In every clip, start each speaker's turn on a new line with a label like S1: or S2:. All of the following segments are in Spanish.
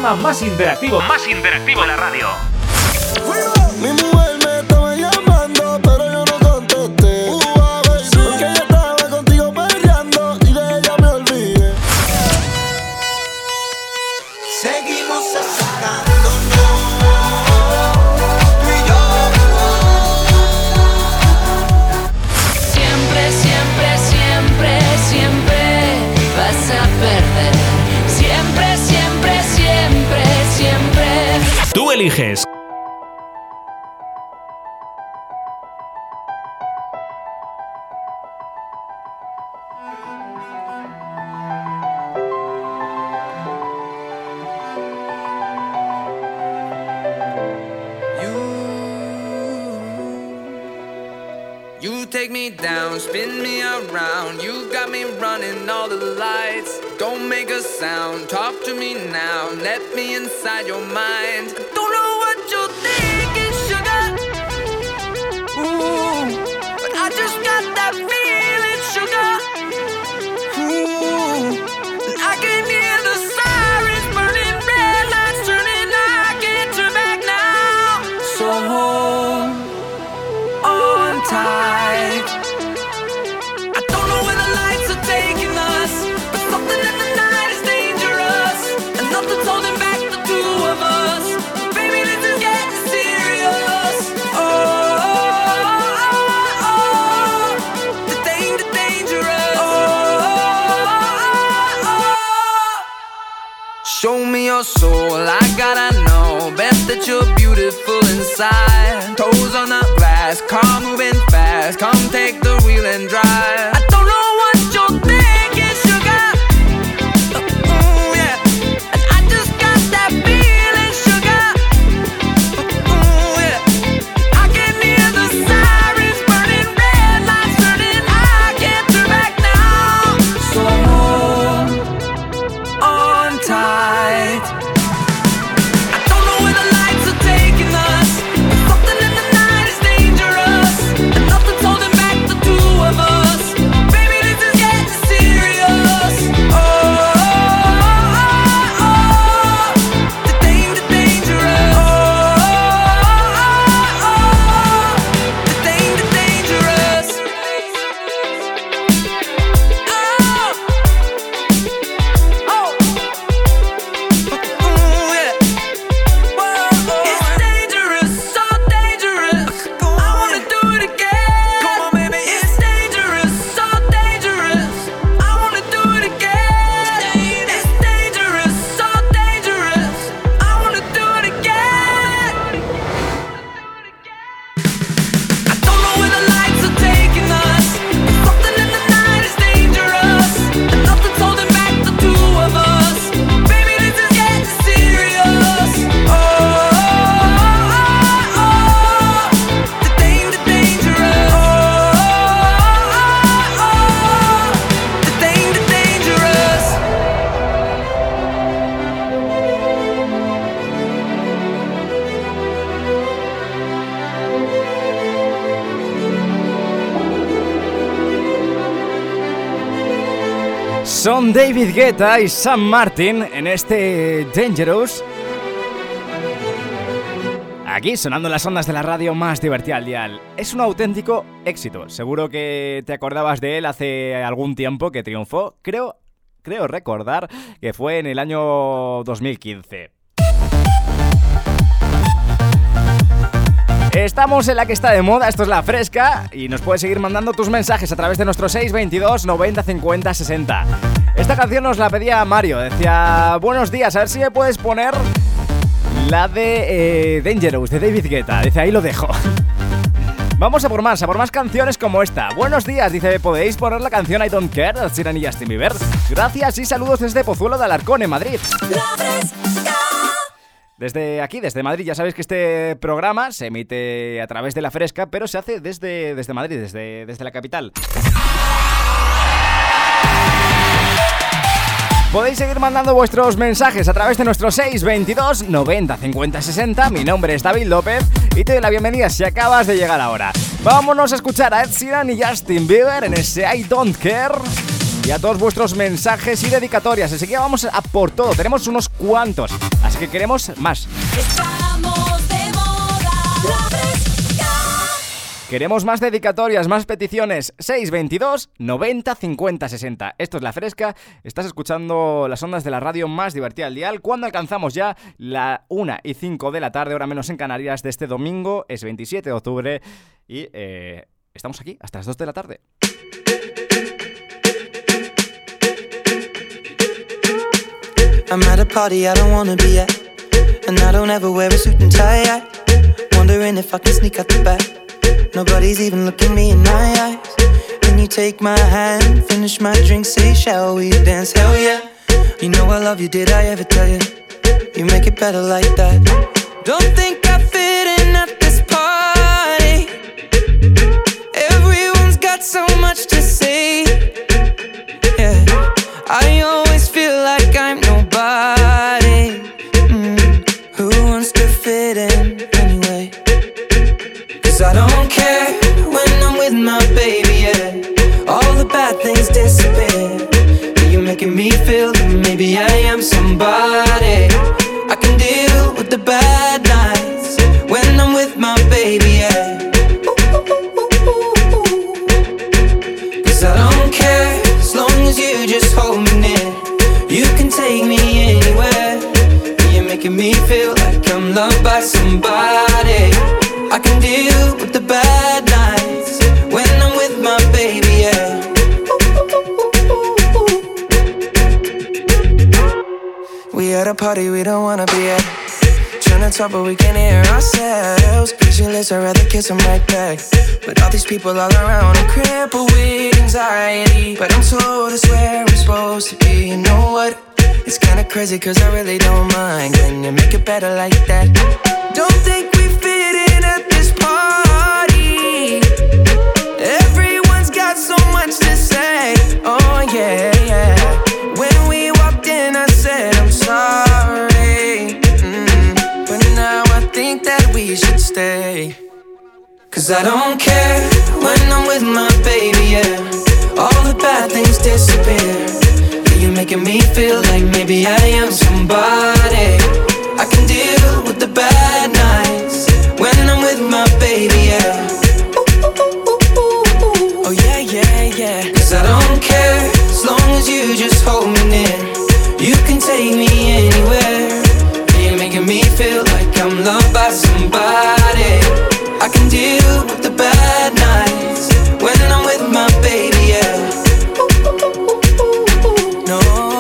S1: programa más interactivo de la radio.
S2: Mi mujer me estaba llamando, pero yo no contesté. Porque yo estaba contigo perreando y de ella me olvidé.
S3: Seguimos sacándonos, tú y yo.
S4: Siempre, siempre, siempre, siempre vas a perder. Siempre, siempre, siempre, siempre.
S1: Tú eliges.
S3: You take me down, spin me around. You got me running all the lights. Don't make a sound, talk to me now. Let me inside your mind. Don't know what you're thinking, sugar. Ooh, but I just got that feeling, sugar. Ooh, and I can hear the sirens burning, red lights turning. I can't turn back now. So hold on tight. I don't know where the lights are taking us, but something in the night is dangerous, and nothing's holding back the two of us. Baby, this is getting serious. Oh, the dangerous. Show me your soul, I gotta know. Best that you're beautiful inside. Toes on the glass, car moving fast. Come take the wheel and drive. I don't know what you're thinking, sugar. Yeah. And I just got that feeling, sugar. Yeah. I can hear the sirens burning, red lights turning. I can't turn back now. So hold on tight. I don't know where the lights are taking us, but something in the night is dangerous, and nothing's holding back the two of us. Baby, this is getting serious. Oh, the dangerous. The dangerous. It's dangerous, so dangerous. I wanna do it again. Come on, baby. It's dangerous, so dangerous. I wanna do it again. It's dangerous, so dangerous. I wanna do it again. I don't know where the lights are taking us, but something in the night is dangerous, and nothing's holding back the two of us. Baby, this is getting serious. Oh, the dangerous. The dangerous.
S5: Son David Guetta y Sam Martin en este Dangerous. Aquí sonando en las ondas de la radio más divertida al dial. Es un auténtico éxito. Seguro que te acordabas de él hace algún tiempo que triunfó. Creo recordar que fue en el año 2015. Estamos en la que está de moda, esto es La Fresca, y nos puedes seguir mandando tus mensajes a través de nuestro 622 90 50 60. Esta canción nos la pedía Mario, decía: buenos días, a ver si me puedes poner la de Dangerous, de David Guetta. Dice, ahí lo dejo. Vamos a por más canciones como esta. Buenos días, dice, ¿podéis poner la canción I Don't Care de Sheeran y Justin Bieber? Gracias y saludos desde Pozuelo de Alarcón, en Madrid. Desde aquí, desde Madrid, ya sabéis que este programa se emite a través de La Fresca, pero se hace desde Madrid, desde la capital. Podéis seguir mandando vuestros mensajes a través de nuestro 622 90 50 60. Mi nombre es David López y te doy la bienvenida si acabas de llegar ahora. Vámonos a escuchar a Ed Sheeran y Justin Bieber en ese I Don't Care. Y a todos vuestros mensajes y dedicatorias. Enseguida vamos a por todo, tenemos unos cuantos. Así Así que queremos más.
S4: Estamos de moda, La Fresca.
S5: Queremos más dedicatorias, más peticiones. 622 90 50 60. Esto es La Fresca. Estás escuchando las ondas de la radio más divertida del dial. Cuando alcanzamos ya la 1:05 de la tarde, hora menos en Canarias, de este domingo. Es 27 de octubre y estamos aquí hasta las 2 de la tarde.
S6: I'm at a party I don't wanna be at, and I don't ever wear a suit and tie. Wondering if I can sneak out the back. Nobody's even looking me in my eyes. When you take my hand, finish my drink, say shall we dance? Hell yeah. You know I love you, did I ever tell you? You make it better like that. Don't think I fit in at this party. Everyone's got so much to say. Yeah, I always feel like I'm nobody. Who wants to fit in anyway? 'Cause I don't care when I'm with my baby, yeah. All the bad things disappear. You're making me feel that maybe I am somebody. I can deal with the bad nights when I'm with my baby, yeah. 'Cause I don't care as long as you just hold me near. You can take me anywhere. You're making me feel like I'm loved by somebody. I can deal with the bad nights when I'm with my baby, yeah. We at a party we don't wanna be at. Trying to talk but we can't hear ourselves. Pictureless, I'd rather kiss them right back. But all these people all around, I'm crippled with anxiety. But I'm told it's where I'm supposed to be. You know what? It's kinda crazy 'cause I really don't mind. Can you make it better like that? Don't think we fit in at this party. Everyone's got so much to say. Oh yeah, yeah. When we walked in I said I'm sorry. But now I think that we should stay. 'Cause I don't care when I'm with my baby, yeah. All the bad things disappear. You're making me feel like maybe I am somebody. I can deal with the bad nights when I'm with my baby, yeah. Oh yeah, yeah, yeah. 'Cause I don't care as long as you just hold me near. You can take me anywhere. You're making me feel like I'm loved by somebody. I can deal with the bad nights when I'm with my baby, yeah. No,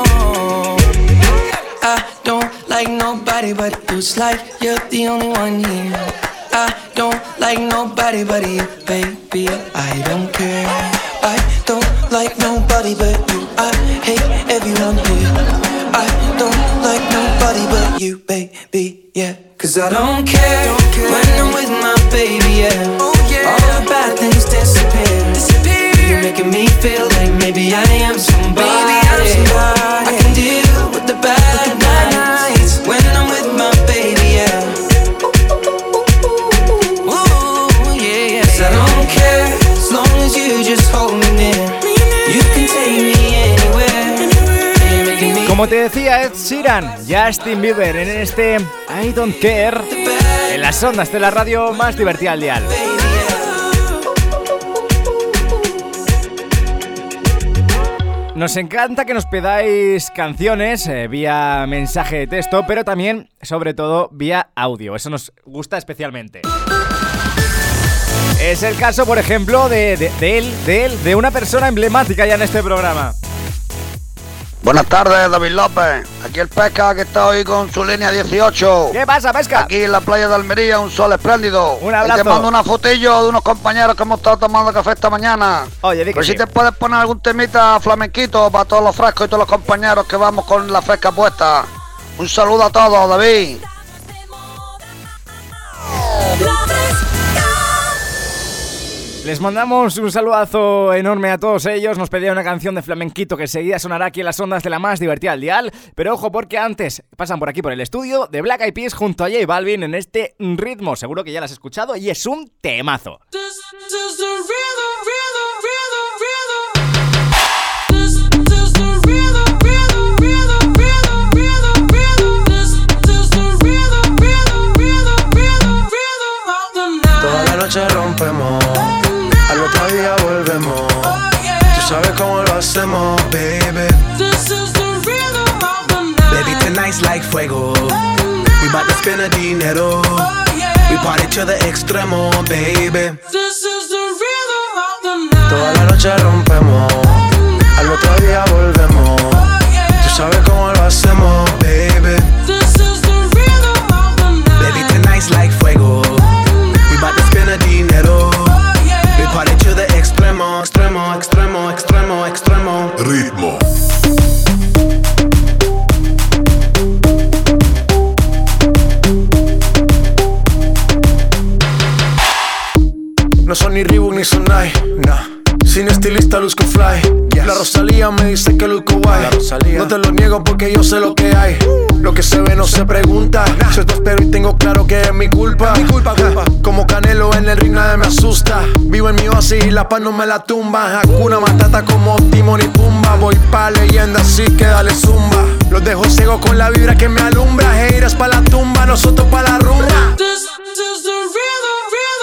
S6: I don't like nobody but you. It's like you're the only one here. I don't like nobody but you, baby. I don't care. I don't like nobody but you. I hate everyone here. I don't like nobody but you, baby, yeah. 'Cause I don't care when I'm with my baby, yeah. Oh, yeah. All the bad things disappear. You're making me feel like maybe I am somebody. I can deal with the bad nights when I'm with my baby, yeah. Ooh, yeah, yeah. 'Cause I don't care as long as you just hold me near. You can take me anywhere. You're making me.
S5: Como te decía, Ed Sheeran, Justin Bieber en este I Don't Care, en las ondas de la radio más divertida al dial. Nos encanta que nos pedáis canciones vía mensaje de texto, pero también, sobre todo, vía audio. Eso nos gusta especialmente. Es el caso, por ejemplo, de una persona emblemática ya en este programa.
S7: Buenas tardes, David López. Aquí el Pesca, que está hoy con su línea 18.
S5: ¿Qué pasa, Pesca?
S7: Aquí en la playa de Almería, un sol espléndido.
S5: Un abrazo.
S7: Y te mando una fotillo de unos compañeros que hemos estado tomando café esta mañana.
S5: Oye, di que
S7: Pues
S5: sí.
S7: si te puedes poner algún temita flamenquito para todos los frescos y todos los compañeros que vamos con la fresca puesta. Un saludo a todos, David.
S5: Les mandamos un saludazo enorme a todos ellos. Nos pedían una canción de flamenquito que enseguida sonará aquí en las ondas de la más divertida al dial. Pero ojo, porque antes pasan por aquí por el estudio de Black Eyed Peas junto a J Balvin en este ritmo. Seguro que ya lo has escuchado y es un temazo.
S6: sabes cómo lo hacemos, baby.
S3: This is the rhythm of the night.
S6: Baby, tonight's like fuego. We bout to spend the dinero. We party to the extremo, baby.
S3: This is the rhythm of the night.
S6: Toda la noche rompemos, al otro día volvemos. Tú sabes cómo lo hacemos, baby.
S3: This is the rhythm of the night.
S6: Baby, tonight's like fuego. We bout to spend the dinero. We party to the extremo, extremo, extremo, extremo, extremo.
S2: Ritmo.
S6: No son ni Reebok ni Sonai, nah. Sin estilista luzco fly, yes. La Rosalía me dice que luzco guay. No te lo niego porque yo sé lo que hay. Lo que se ve no se pregunta, nah. Yo te espero y tengo claro que es mi culpa. Culpa. Como Canelo en el ring nadie me asusta. Vivo en mi oasis y la paz no me la tumba. Hakuna Matata como Timon y Pumba. Voy pa' leyenda así que dale zumba. Los dejo ciego con la vibra que me alumbra. Haters pa' la tumba, nosotros pa' la rumba.
S3: This is the rhythm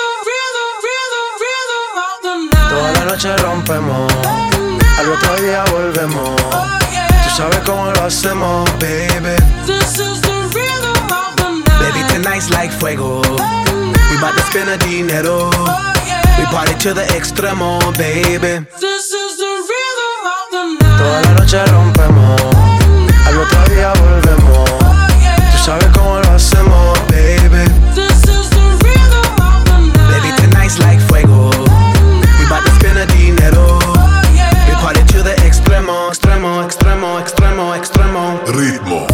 S3: of the night.
S6: Toda la noche rompemos, al otro día volvemos. Tú sabes cómo lo hacemos, baby.
S3: This is the rhythm of the night.
S6: Baby, tonight's like fuego. We bout to spend the dinero. We party to the extremo, baby.
S3: This is the rhythm of the night.
S6: Toda la noche rompemos, al otro día volvemos. Tú sabes cómo lo hacemos, baby.
S3: This is the rhythm of the night.
S6: Baby, tonight's like fuego. We bout to spend the dinero. We party to the extremo, extremo, extremo, extremo, extremo.
S2: Ritmo.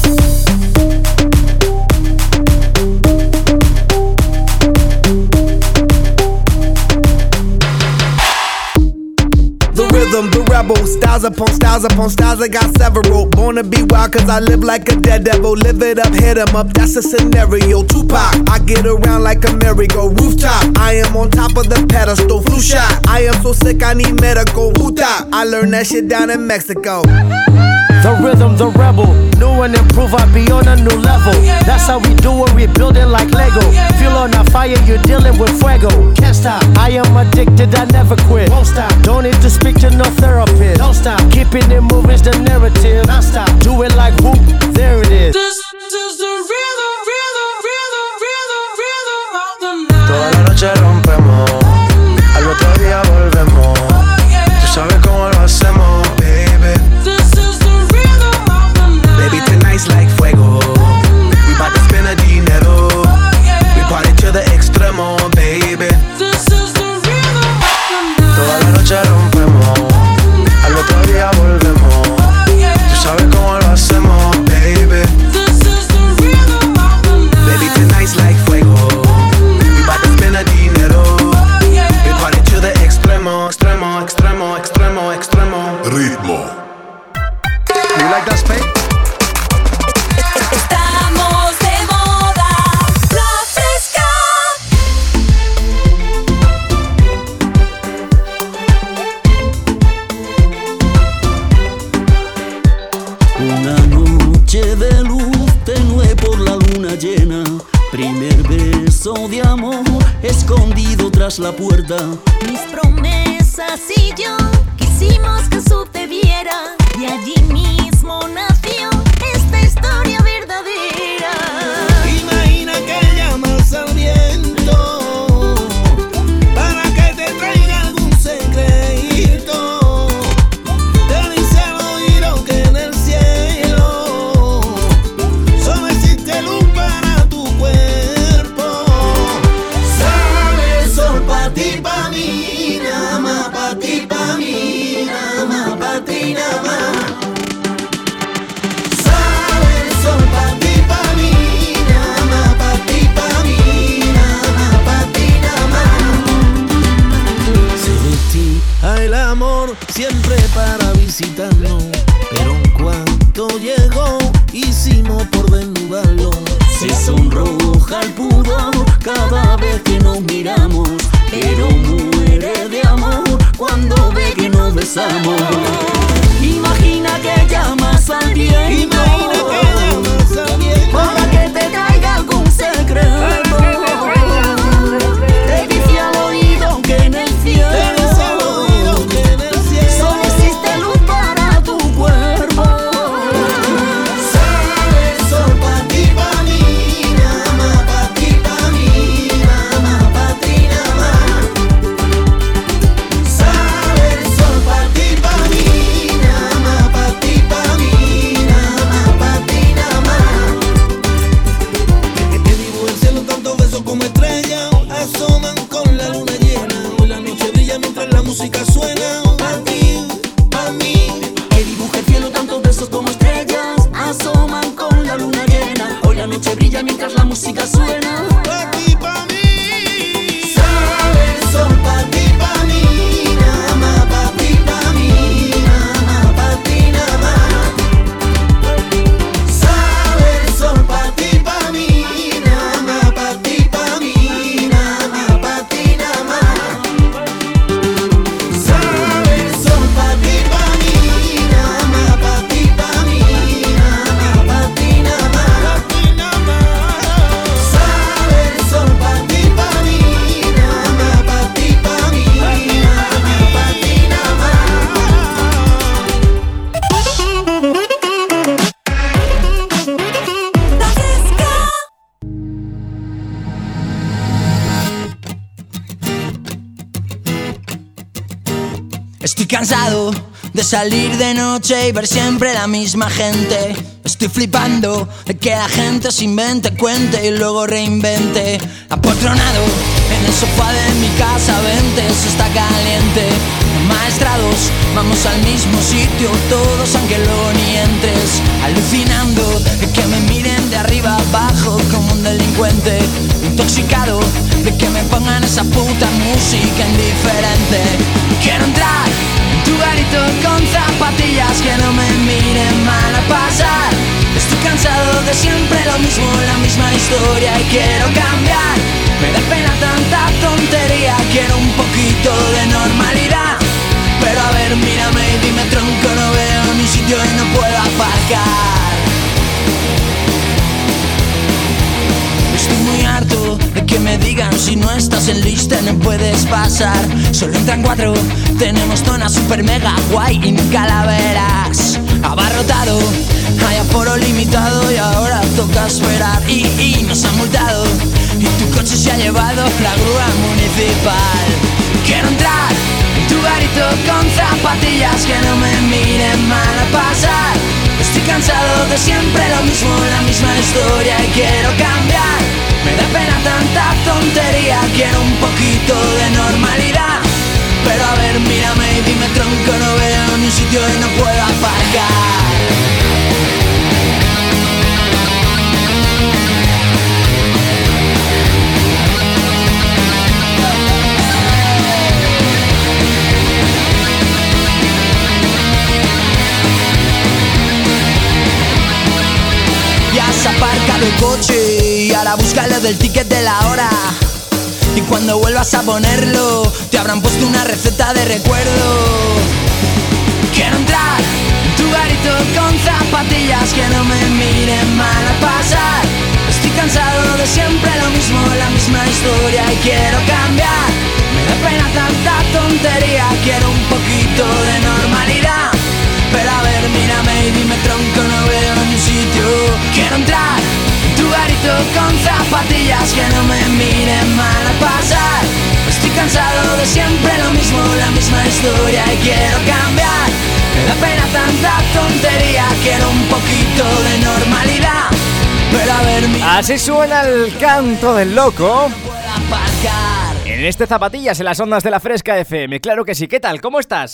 S8: The rhythm, the rebel, styles upon styles upon styles, I got several. Born to be wild cause I live like a dead devil. Live it up, hit 'em up, that's a scenario. Tupac, I get around like a merry-go rooftop. I am on top of the pedestal, flu shot. I am so sick I need medical. Huta, I learned that shit down in Mexico.
S9: The rhythm, the rebel, new and improve, I be on a new level. That's how we do it, we building like Lego. Feel on a fire, you're dealing with fuego. Can't stop, I am addicted, I never quit. Won't stop, don't need to speak to no therapist. Don't stop, keeping it moving's the narrative. Non stop, do it like whoop, there it is.
S3: This is the rhythm of the night.
S6: Toda la noche rompemos, al otro día volvemos. Tú sabes cómo lo hacemos, baby.
S3: This is the rhythm of the night.
S6: Baby, tonight's like fuego. We bout to spend the dinero. We party to the extremo, baby.
S3: This is the rhythm of the night.
S6: Toda la noche rompemos, al otro día volvemos. Tú sabes cómo lo hacemos, baby.
S3: This is the rhythm of the night.
S6: Baby, tonight's like fuego. We bout to spend the dinero. We party to the extremo, extremo, extremo, extremo, extremo.
S2: Ritmo.
S6: You like that space?
S4: Estamos de moda, La Fresca.
S10: Una noche de luz tenue por la luna llena. Primer beso de amor escondido tras la puerta.
S4: Mis promesas y yo quisimos que sucediera y allí mismo nació esta historia verdadera.
S8: Imagina que llamas al viento para que te traiga algún secreto. Te dice al oído que en el cielo solo existe luz para tu cuerpo. Sale el sol pa' ti, pa' mí, nada más pa' ti, pa' mí, nada más pa' ti, nada más. Sale el sol pa' ti, pa' mí, nada más pa' ti, pa' mí, nada más pa' ti, nada más. Se vestía el amor siempre para visitarnos, pero en cuanto llegó hicimos por desnudarlo.
S10: Se sonroja el pudor cada vez que nos miramos, pero muere de amor cuando ve que nos besamos. Imagina que llamas al viento, para que te traiga algún secreto. Te dice al oído que en el cielo cansado de salir de noche y ver siempre la misma gente. Estoy flipando de que la gente se invente, cuente y luego reinvente. Apotronado en el sofá de mi casa, vente, eso está caliente. Maestrados, vamos al mismo sitio todos aunque luego ni entres. Alucinando de que me miren de arriba abajo como un delincuente. Intoxicado de que me pongan esa puta música indiferente. Quiero entrar en tu garito con zapatillas que no me miren mal a pasar. Estoy cansado de siempre lo mismo, la misma historia y quiero cambiar. Me da pena tanta tontería, quiero un poquito de normalidad. Pero a ver, mírame y dime tronco, no veo ni sitio y no puedo aparcar. Estoy muy harto de que me digan si no estás en lista no puedes pasar. Solo entran 4, tenemos zona super mega guay y ni calaveras. Abarrotado, hay aforo limitado y ahora toca esperar. Y nos han multado y tu coche se ha llevado la grúa municipal. Quiero entrar en tu garito con zapatillas que no me miren mal a pasar. Estoy cansado de siempre lo mismo, la misma historia y quiero cambiar. Me da pena tanta tontería, quiero un poquito de normalidad. Pero a ver, mírame y dime tronco, no veo ni sitio y no puedo aparcar. Ya has aparcado el coche y ahora búscalo del ticket de la hora. Y cuando vuelvas a ponerlo, te habrán puesto una receta de recuerdo. Quiero entrar en tu garito con zapatillas que no me miren mal a pasar. Estoy cansado de siempre lo mismo, la misma historia y quiero cambiar. Me da pena tanta tontería, quiero un poquito de normalidad. Pero a ver, mírame y dime tronco, no veo ni sitio. Quiero entrar en tu garito con zapatillas que no me miren mal a pasar. Estoy cansado de siempre lo mismo, la misma historia y quiero cambiar. Me da pena tanta tontería, quiero un poquito de normalidad. Pero a ver,
S5: así suena el canto del loco.
S10: No puedo aparcar.
S5: En este Zapatillas en las ondas de la Fresca FM. Claro que sí, ¿qué tal? ¿Cómo estás?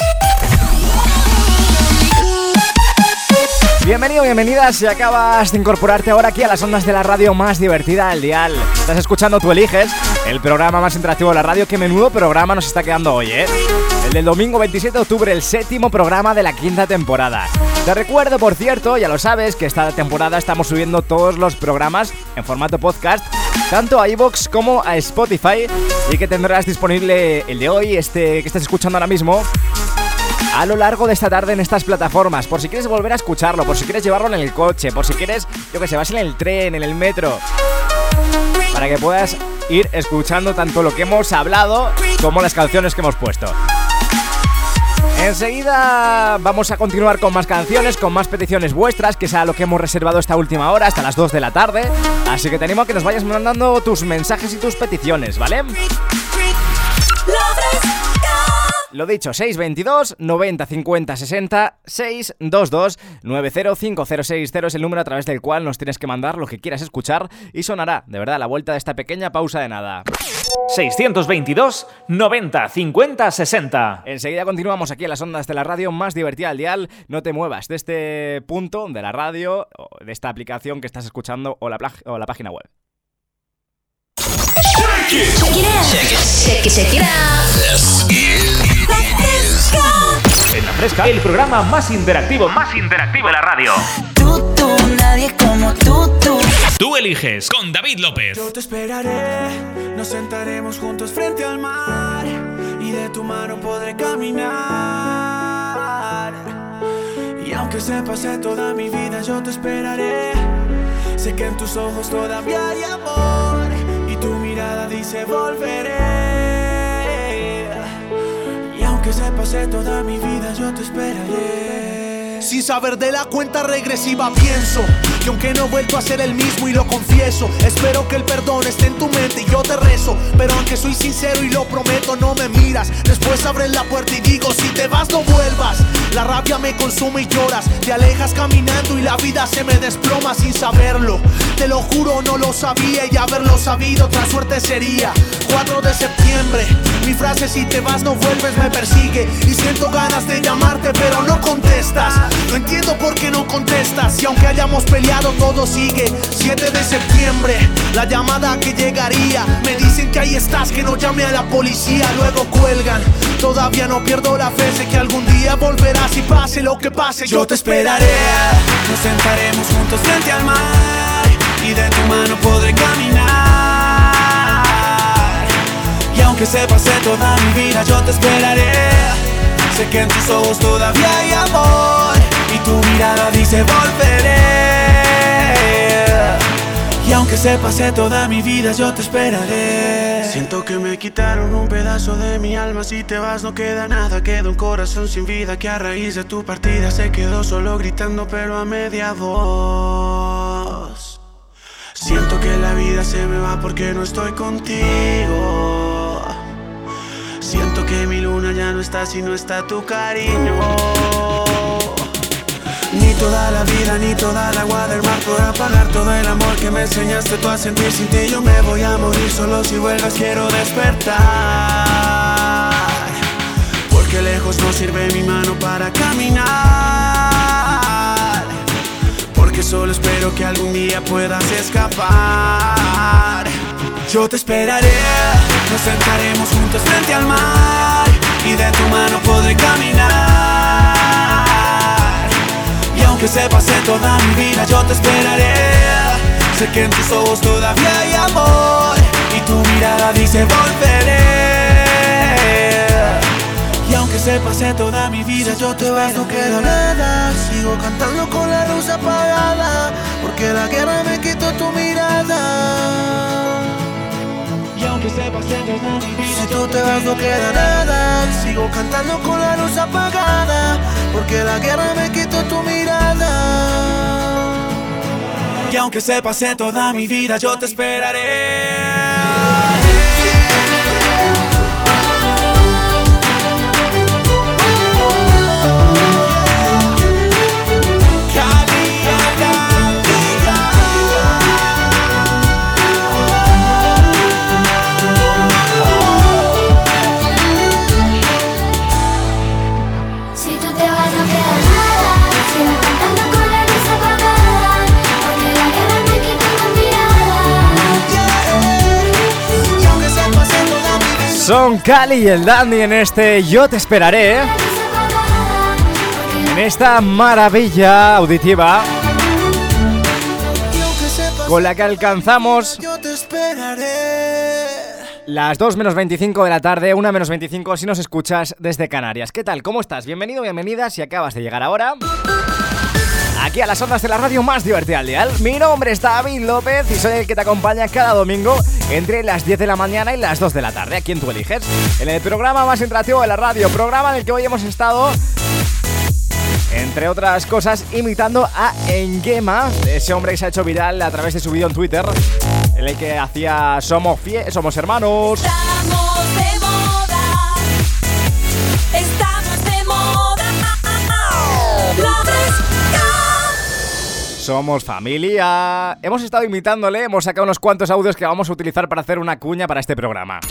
S5: Bienvenido, bienvenida si acabas de incorporarte ahora aquí a las ondas de la radio más divertida del dial. Estás escuchando Tú Eliges, el programa más interactivo de la radio. Qué menudo programa nos está quedando hoy, ¿eh? El del domingo 27 de octubre, el 7º programa de la 5ª temporada. Te recuerdo, por cierto, ya lo sabes, que esta temporada estamos subiendo todos los programas en formato podcast, tanto a iVoox como a Spotify, y que tendrás disponible el de hoy, que estás escuchando ahora mismo, a lo largo de esta tarde en estas plataformas, por si quieres volver a escucharlo, por si quieres llevarlo en el coche, por si quieres, yo que sé, vas en el tren, en el metro, para que puedas ir escuchando tanto lo que hemos hablado como las canciones que hemos puesto. Enseguida vamos a continuar con más canciones, con más peticiones vuestras, que es a lo que hemos reservado esta última hora, hasta las 2 de la tarde. Así que te animo a que nos vayas mandando tus mensajes y tus peticiones, ¿vale? Lo dicho, 622 90 50 60 622 905060 es el número a través del cual nos tienes que mandar lo que quieras escuchar y sonará, de verdad, a la vuelta de esta pequeña pausa de nada.
S1: 622 90 50 60.
S5: Enseguida continuamos aquí en las ondas de la radio más divertida del dial. No te muevas de este punto de la radio, o de esta aplicación que estás escuchando o la página web.
S4: Check it out.
S1: En La Fresca, el programa más interactivo de la radio.
S3: Tú, nadie como tú.
S1: Tú eliges con David López.
S11: Yo te esperaré, nos sentaremos juntos frente al mar y de tu mano podré caminar. Y aunque se pase toda mi vida, yo te esperaré. Sé que en tus ojos todavía hay amor y tu mirada dice volveré. Y aunque se pase toda mi vida, yo te esperaré. sin saber de la cuenta regresiva pienso que aunque no he vuelto a ser el mismo y lo confieso, espero que el perdón esté en tu mente y yo te rezo. Pero aunque soy sincero y lo prometo, no me miras. Después abres la puerta y digo, si te vas no vuelvas. La rabia me consume y lloras, te alejas caminando y la vida se me desploma sin saberlo. Te lo juro, no lo sabía y haberlo sabido otra suerte sería. 4 de septiembre, mi frase si te vas no vuelves me persigue. Y siento ganas de llamarte pero no contestas. No entiendo por qué no contestas y aunque hayamos peleado todo sigue. 7 de septiembre, la llamada que llegaría. Me dicen que ahí estás, que no llame a la policía. Luego cuelgan, todavía no pierdo la fe. Sé que algún día volverás y pase lo que pase yo te esperaré.
S10: Nos sentaremos juntos frente al mar y de tu mano podré caminar. Y aunque se pase toda mi vida yo te esperaré. Sé que en tus ojos todavía hay amor y tu mirada dice volveré. Y aunque se pase toda mi vida yo te esperaré. Siento que me quitaron un pedazo de mi alma. Si te vas no queda nada, queda un corazón sin vida que a raíz de tu partida se quedó solo gritando pero a media voz. Siento que la vida se me va porque no estoy contigo. Siento que mi luna ya no está si no está tu cariño. Ni toda la vida, ni toda el agua del mar podrá pagar todo el amor que me enseñaste tú a sentir. Sin ti yo me voy a morir, solo si vuelvas quiero despertar. Porque lejos no sirve mi mano para caminar. Porque solo espero que algún día puedas escapar. Yo te esperaré, nos sentaremos juntos frente al mar y de tu mano podré caminar. Y aunque se pase toda mi vida yo te esperaré. Sé que en tus ojos todavía hay amor y tu mirada dice volveré. Y aunque se pase toda mi vida yo te vas no queda nada. Sigo cantando con la luz apagada porque la guerra me quitó tu mirada. Y aunque se pase toda mi vida si tú te vas no queda nada. Sigo cantando con la luz apagada porque la guerra me quitó tu mirada. Y aunque se pase toda mi vida yo te esperaré.
S5: Son Cali y el Dandy en este Yo te esperaré. En esta maravilla auditiva con la que alcanzamos las 2 menos 25 de la tarde, 1 menos 25 si nos escuchas desde Canarias. ¿Qué tal? ¿Cómo estás? Bienvenido, bienvenida si acabas de llegar ahora aquí a las ondas de la radio más divertida al dial. Mi nombre es David López y soy el que te acompaña cada domingo entre las 10 de la mañana y las 2 de la tarde. ¿A quién tú eliges? En el programa más interactivo de la radio, programa en el que hoy hemos estado, entre otras cosas, imitando a Engema, ese hombre que se ha hecho viral a través de su vídeo en Twitter, en el que hacía somos hermanos.
S3: Estamos de moda. Estamos de moda. La Fresca.
S5: Somos familia. Hemos estado imitándole, hemos sacado unos cuantos audios que vamos a utilizar para hacer una cuña para este programa.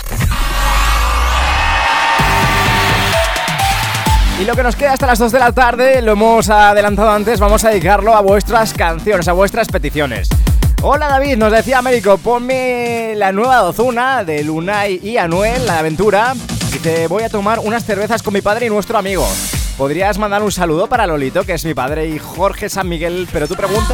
S5: Y lo que nos queda hasta las 2 de la tarde, lo hemos adelantado antes, vamos a dedicarlo a vuestras canciones, a vuestras peticiones. Hola David, nos decía Américo, ponme la nueva Dozuna de Lunay y Anuel, La Aventura. Dice, voy a tomar unas cervezas con mi padre y nuestro amigo. ¿Podrías mandar un saludo para Lolito, que es mi padre, y Jorge San Miguel? Pero tú preguntas...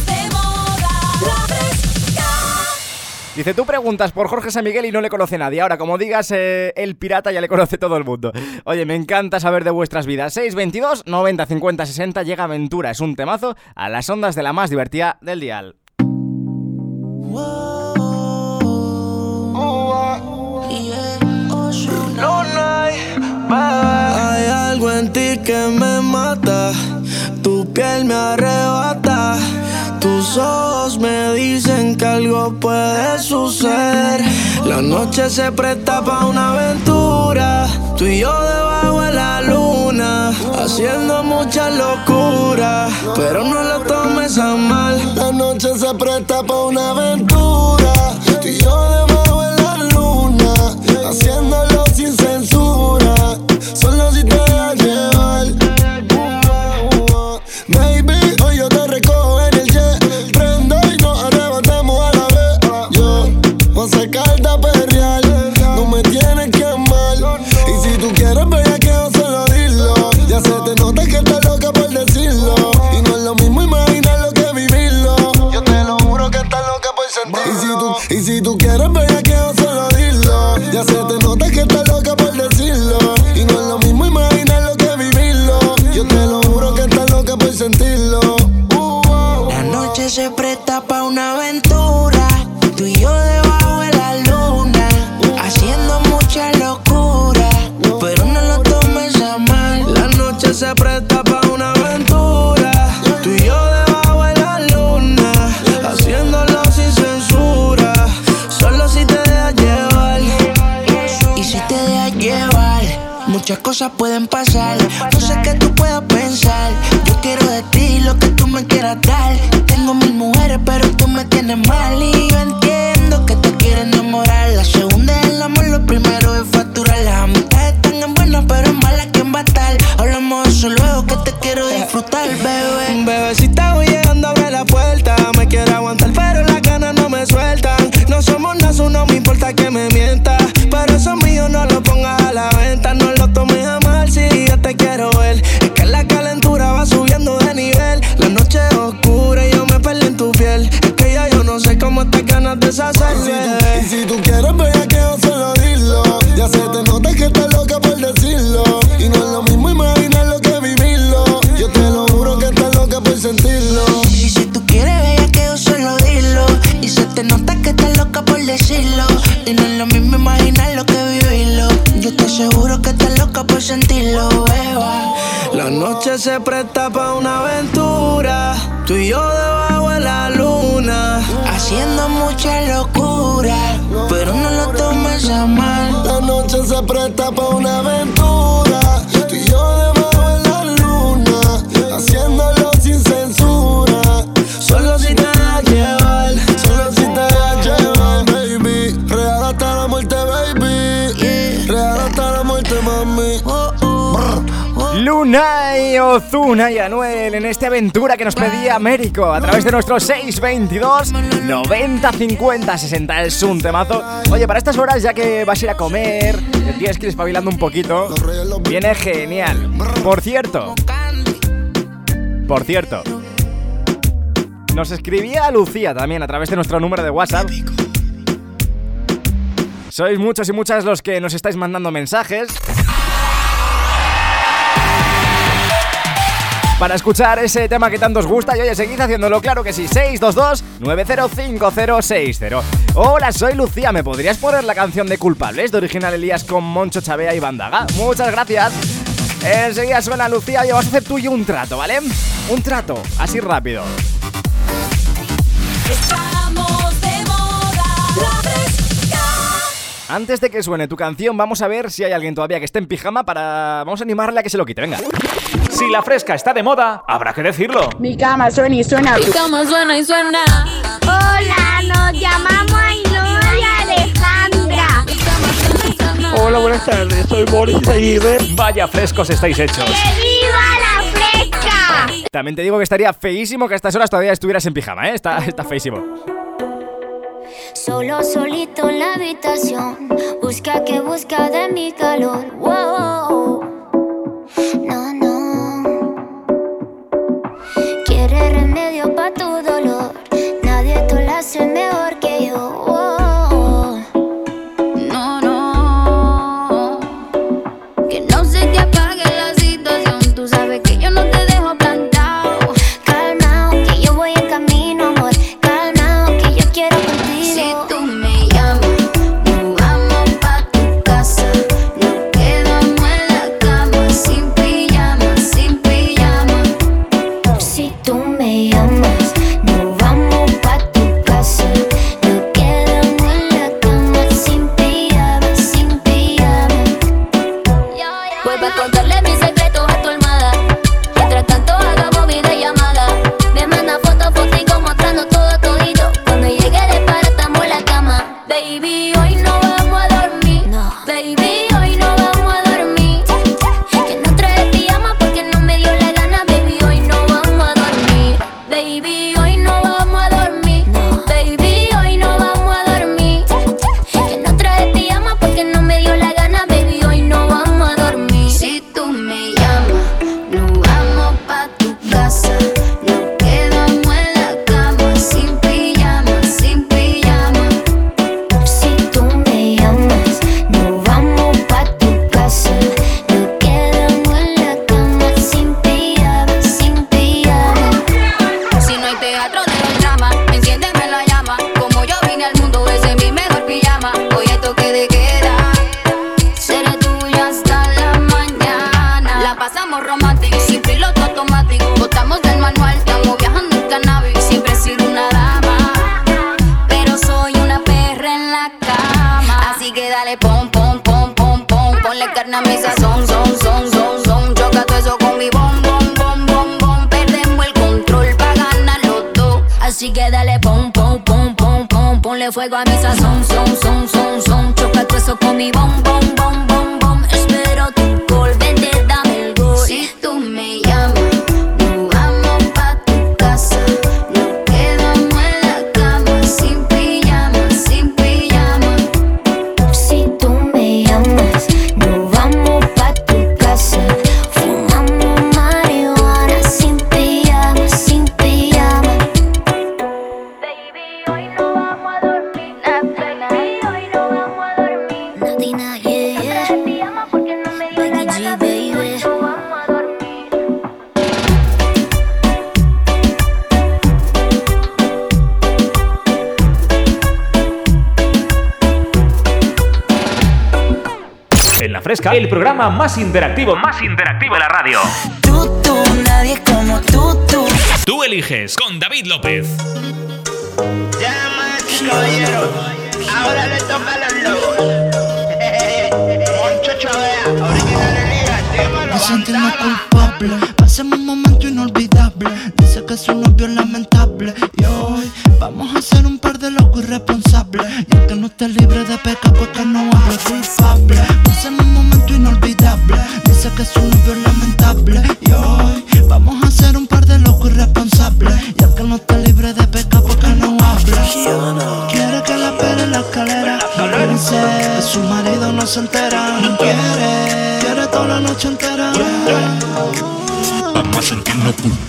S5: Dice, tú preguntas por Jorge San Miguel y no le conoce nadie. Ahora, como digas el pirata, ya le conoce todo el mundo. Oye, me encanta saber de vuestras vidas. 622 90 50 60, llega Aventura. Es un temazo a las ondas de la más divertida del dial.
S8: Hay algo en ti que me mata. Tu
S6: Tu piel me arrebata, tus ojos me dicen que algo puede suceder. La noche se presta pa' una aventura, tú y yo debajo de la luna, haciendo muchas locuras, pero no lo tomes a mal.
S2: La noche se presta pa' una aventura, tú y yo debajo de la luna, haciéndolo sin censura, solo si te dejas llevar. Baby, hoy yo te recojo en el jet, prendo y nos arrebatamos a la vez. Yo voy a sacarte a perrear, no me tienes que amar. Y si tú quieres bellaqueo, solo dilo. Ya se te nota que estás loca por decirlo, y no es lo mismo imaginarlo que vivirlo. Yo te lo juro que estás loca por sentirlo. Y si tú quieres bellaqueo, solo dilo. Ya se te nota que estás loca por decirlo, y no es lo mismo imaginarlo que vivirlo. Yo te lo juro que estás loca por sentirlo.
S6: La noche se presta pa' una aventura, tú y yo debajo de la luna, haciendo mucha locura, pero no lo tomes a mal. La noche se presta pa' una aventura, tú y yo debajo de la luna, haciéndolo sin censura, solo si te dejas llevar. Y si te dejas llevar, muchas cosas pueden pasar. No sé qué tú puedas pensar, yo quiero de ti lo que tú me quieras dar. Tengo 1000 mujeres pero tú me tienes mal, y yo entiendo que te quieres enamorar. La segunda es el amor, lo primero es facturar. Las amistades están en buenas pero en malas, ¿quién va a estar? Hablamos de eso luego, que te quiero disfrutar, bebé. Bebecita, voy llegando, abre la puerta. Me quiero aguantar pero las ganas no me sueltan. No somos nada, no me importa que me mientas, pero eso mío no lo pongas a la venta. No lo tomes a mal si yo te quiero ver. Es que la calentura va subiendo de nivel. La noche es oscura y yo me perdí en tu piel. Es que ya yo no sé cómo estas ganas deshacerse.
S2: Y si tú quieres bellaqueo, solo dilo. Ya se te nota que estás loca por decirlo, y no es lo mismo imaginarlo que vivirlo. Yo te lo juro que estás loca por sentirlo.
S6: Y si tú quieres bellaqueo, solo dilo. Y se te nota que estás loca por decirlo, y no es lo mismo imaginarlo que vivirlo. Yo te aseguro que estás loca por sentirlo, beba. La noche se presta pa' una aventura, tú y yo debajo de la luna, haciendo mucha locura, pero no lo tomes a mal.
S2: La noche se presta pa' una aventura, tú y yo debajo de la luna, haciéndolo sin censura,
S6: solo si te dejas llevar.
S2: solo si te dejas llevar, baby. Real hasta la muerte, baby. Real hasta la muerte, mami.
S5: Luna y Ozuna y Anuel en esta aventura que nos pedía Américo a través de nuestro 622 90 50 60. Es un temazo. Oye, para estas horas, ya que vas a ir a comer, que tienes que ir espabilando un poquito, viene genial. Por cierto, nos escribía Lucía también a través de nuestro número de WhatsApp. Sois muchos y muchas los que nos estáis mandando mensajes para escuchar ese tema que tanto os gusta. Y oye, seguid haciéndolo, claro que sí. 622-905060. Hola, soy Lucía. ¿Me podrías poner la canción de Culpables de Original Elías con Moncho Chavea y Bandaga? Muchas gracias. Enseguida suena Lucía. Oye, vas a hacer tú y yo un trato, ¿vale? Un trato, así rápido.
S4: Estamos de moda, la fresca.
S5: Antes de que suene tu canción, vamos a ver si hay alguien todavía que esté en pijama para... Vamos a animarle a que se lo quite, venga.
S1: Si la fresca está de moda, habrá que decirlo.
S12: Mi cama suena y suena.
S4: Mi cama suena y suena.
S13: Hola, nos llamamos Ainhoa y Alejandra.
S12: Hola, buenas tardes. Soy Boris Aguirre.
S1: Vaya frescos estáis hechos.
S13: ¡Que viva la fresca!
S5: También te digo que estaría feísimo que a estas horas todavía estuvieras en pijama, ¿eh? Está feísimo.
S13: Solo solito en la habitación. Busca que busca de mi calor. Wow. No, no. Quiere remedio pa' tu dolor. Nadie te lo hace mejor que yo. Wow. No, no. Que no se te apague la situación. Tú sabes que yo no te dejo plantado. Calmao, que yo voy en camino, amor. Calmao, que yo quiero contigo. Si tú me llamas, nos vamos pa' tu casa. Nos quedamos en la
S4: Ponle fuego a mi sazón, son. Choca tu eso con mi bom. Espero tu gol, vente, dame el gol. Si tú me llamas, nos vamos pa' tu casa. Nos quedamos en la cama, sin pijama. Si tú me llamas, nos vamos pa' tu casa. Fumamos marihuana, sin pijama. Baby, hoy no vamos a dormir, baby, hoy no vamos a dormir. Natina, yeah. Porque no me dio la gana, baby, hoy no vamos a dormir.
S1: En La Fresca, el programa más interactivo de la radio.
S3: Tú, nadie como tú.
S1: Tú eliges con David López.
S14: Llamas, caballero. Ahora le toca a los lobos. Muchacho, vea, original Elías,
S15: Me siento culpable. Pasemos un momento inolvidable. Dice que su novio es lamentable. Y hoy vamos a hacer un par de locos irresponsables. Y aunque no esté libre de pecado, pues que no hable culpable. Pasemos un momento inolvidable. Dice que su novio es lamentable. Y hoy vamos a hacer un par de locos irresponsables. Y aunque no esté libre de pecado, pues que no hable. Quiere que la espere en la escalera. Dice que su marido no se entera. Quiere toda la noche entera.
S16: Vamos a sentirnos culpables.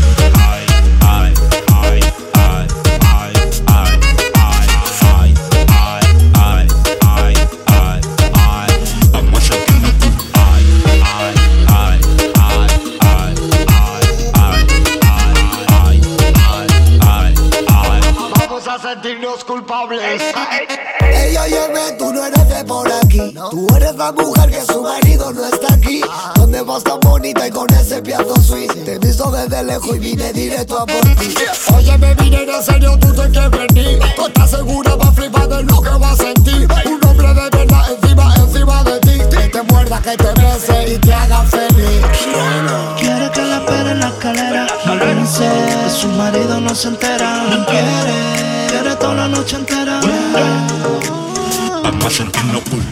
S14: Vamos a sentirnos culpables.
S2: Ey, óyeme, tú no eres de por aquí. Tú eres la mujer que su marido no está aquí. ¿Dónde vas tan bonita y con ese piano sweet? Te he visto desde lejos y vine directo a por ti. Óyeme, vine en serio, tú te que venir. Tú estás segura, vas a flipar de lo que vas a sentir. Un hombre de verdad encima de ti. Que te muerda, que te bese y te haga feliz.
S15: Quiere que la espere en la escalera. Dice que su marido no se entera. Quiere toda la noche entera.
S16: Vamos a sentirnos culpables.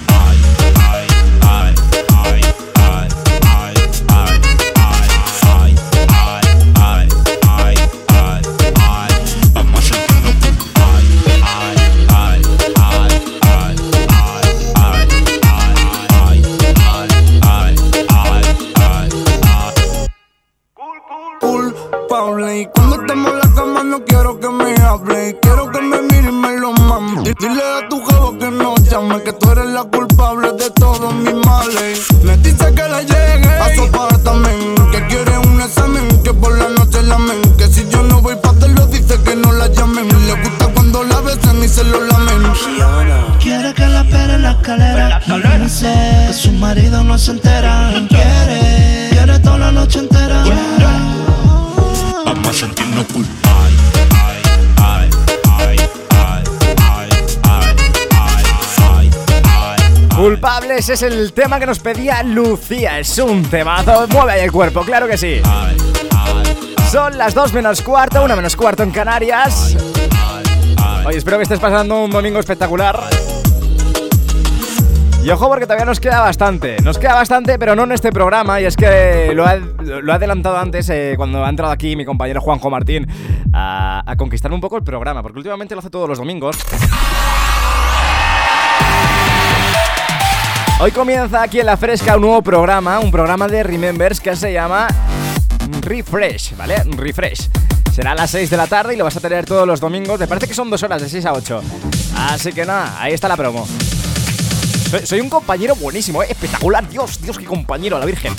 S2: Culpable. Y cuando estemos en la cama no quiero que me hable. Quiero que me mire y me lo mame. Dile a tu jevo que no llame, que tú eres la culpable de todos mis males. Me dice que la llegue a su apartamento, que quiere un examen, que por la noche la men. Que si yo no voy pa' hacerlo dice que no la llamen. Le gusta cuando la besan y se lo lamen.
S15: Quiere que la espere en la escalera. Dice que su marido no se entera. Quiere toda la noche entera.
S16: Vamos a sentirnos culpables.
S5: Culpables es el tema que nos pedía Lucía. Es un temazo. Mueve ahí el cuerpo, claro que sí. Son las 2 menos cuarto, 1 menos cuarto en Canarias. Oye, espero que estés pasando un domingo espectacular. Y ojo porque todavía nos queda bastante, pero no en este programa. Y es que lo ha adelantado antes cuando ha entrado aquí mi compañero Juanjo Martín a conquistarme un poco el programa, porque últimamente lo hace todos los domingos. Hoy comienza aquí en La Fresca un nuevo programa, un programa de Remembers que se llama Refresh, ¿vale? Refresh. Será a las 6 de la tarde y lo vas a tener todos los domingos. Me parece que son 2 horas, de 6 a 8. Así que nada, ahí está la promo. Soy un compañero buenísimo, espectacular. Dios, qué compañero, la Virgen.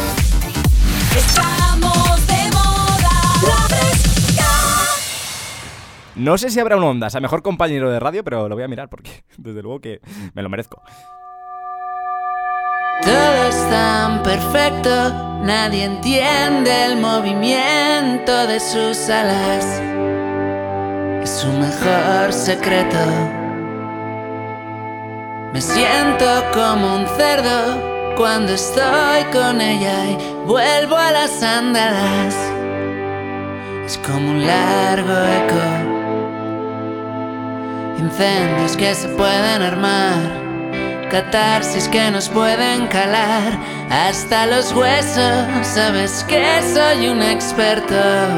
S3: Estamos de moda, La Fresca.
S5: No sé si habrá un Ondas a mejor compañero de radio, pero lo voy a mirar porque desde luego que me lo merezco.
S10: Todo es tan perfecto, nadie entiende el movimiento de sus alas. Es su mejor secreto. Me siento como un cerdo cuando estoy con ella y vuelvo a las andadas. Es como un largo eco
S17: incendios que se pueden armar, catarsis que nos pueden calar hasta los huesos. Sabes que soy un experto.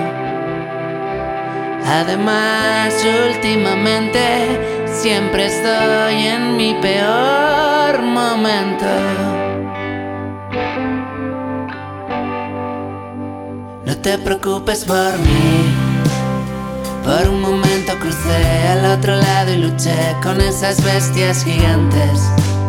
S17: Además, últimamente siempre estoy en mi peor momento. No te preocupes por mí. Por un momento crucé al otro lado y luché con esas bestias gigantes.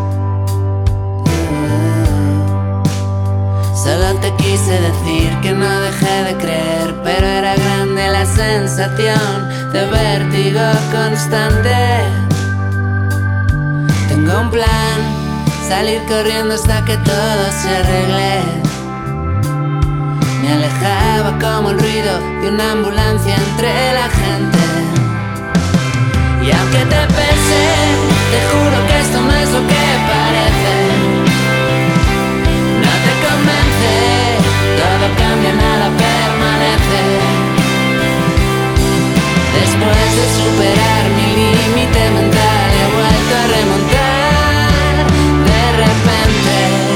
S17: Solo te quise decir que no dejé de creer, pero era grande la sensación de vértigo constante. Tengo un plan, salir corriendo hasta que todo se arregle. Me alejaba como el ruido de una ambulancia entre la gente. Y aunque te pese, te juro que esto no es lo que parece. No te convence, todo cambia, nada permanece. Después de superar mi límite mental, he vuelto a remontar de repente.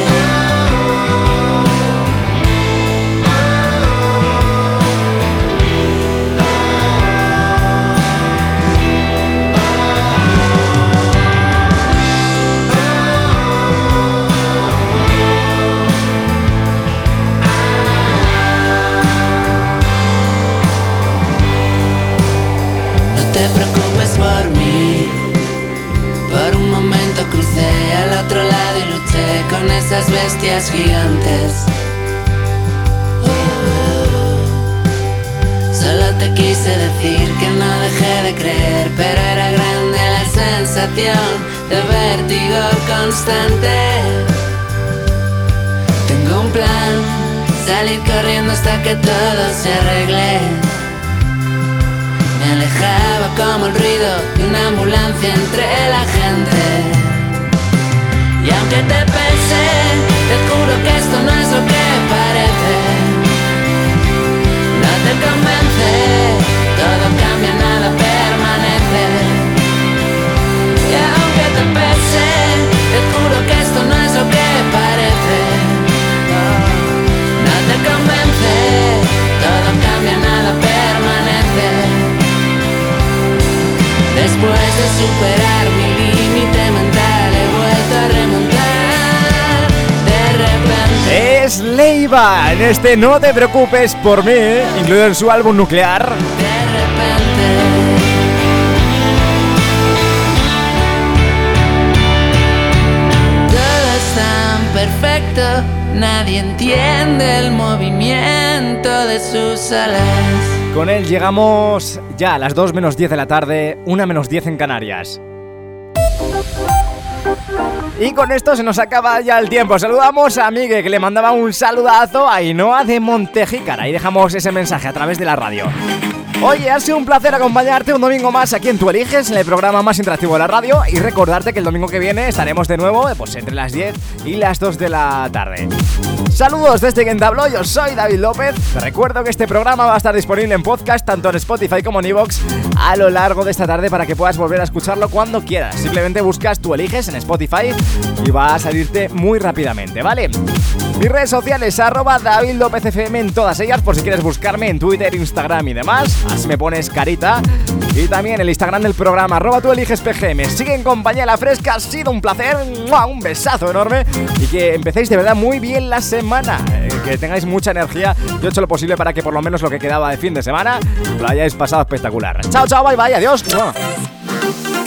S17: Por mí, por un momento crucé al otro lado y luché con esas bestias gigantes. Solo te quise decir que no dejé de creer, pero era grande la sensación de vértigo constante. Tengo un plan, salir corriendo hasta que todo se arregle. Me alejaba como el ruido de una ambulancia entre la gente. Y aunque te pese, te juro que esto no es lo que parece. No te convence, todo cambia, nada permanece. Y aunque te pese, te juro que esto no es lo que parece. No te convence, todo cambia, nada permanece. Después de superar mi límite mental, he vuelto a remontar de repente.
S5: Es Leiva en este No te preocupes por mí, incluido en su álbum Nuclear.
S17: De repente. Todo es tan perfecto, nadie entiende el movimiento de sus alas.
S5: Con él llegamos ya a las 2 menos 10 de la tarde, 1 menos 10 en Canarias. Y con esto se nos acaba ya el tiempo. Saludamos a Miguel, que le mandaba un saludazo a Ainhoa de Montejícara. Y dejamos ese mensaje a través de la radio. Oye, ha sido un placer acompañarte un domingo más aquí en Tú Eliges, en el programa más interactivo de la radio. Y recordarte que el domingo que viene estaremos de nuevo pues entre las 10 y las 2 de la tarde. Saludos desde quien te habló, yo soy David López. Te recuerdo que este programa va a estar disponible en podcast, tanto en Spotify como en iVoox, a lo largo de esta tarde para que puedas volver a escucharlo cuando quieras. Simplemente buscas Tú Eliges en Spotify y va a salirte muy rápidamente, ¿vale? Mis redes sociales, @DavidLópezFM en todas ellas, por si quieres buscarme en Twitter, Instagram y demás. Así me pones carita. Y también el Instagram del programa, @TúEligesPGM. Sigue en compañía La Fresca, ha sido un placer. Un besazo enorme. Y que empecéis de verdad muy bien la semana. Que tengáis mucha energía. Yo he hecho lo posible para que por lo menos lo que quedaba de fin de semana lo hayáis pasado espectacular. Chao, chao, bye, bye, adiós.